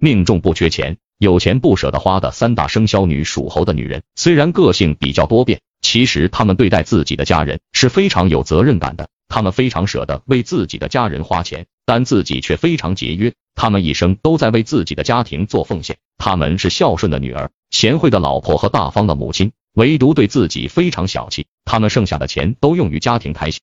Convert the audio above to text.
命中不缺钱，有钱不舍得花的三大生肖女属猴的女人，虽然个性比较多变，其实她们对待自己的家人是非常有责任感的。她们非常舍得为自己的家人花钱，但自己却非常节约。她们一生都在为自己的家庭做奉献。她们是孝顺的女儿，贤惠的老婆和大方的母亲，唯独对自己非常小气。她们剩下的钱都用于家庭开销。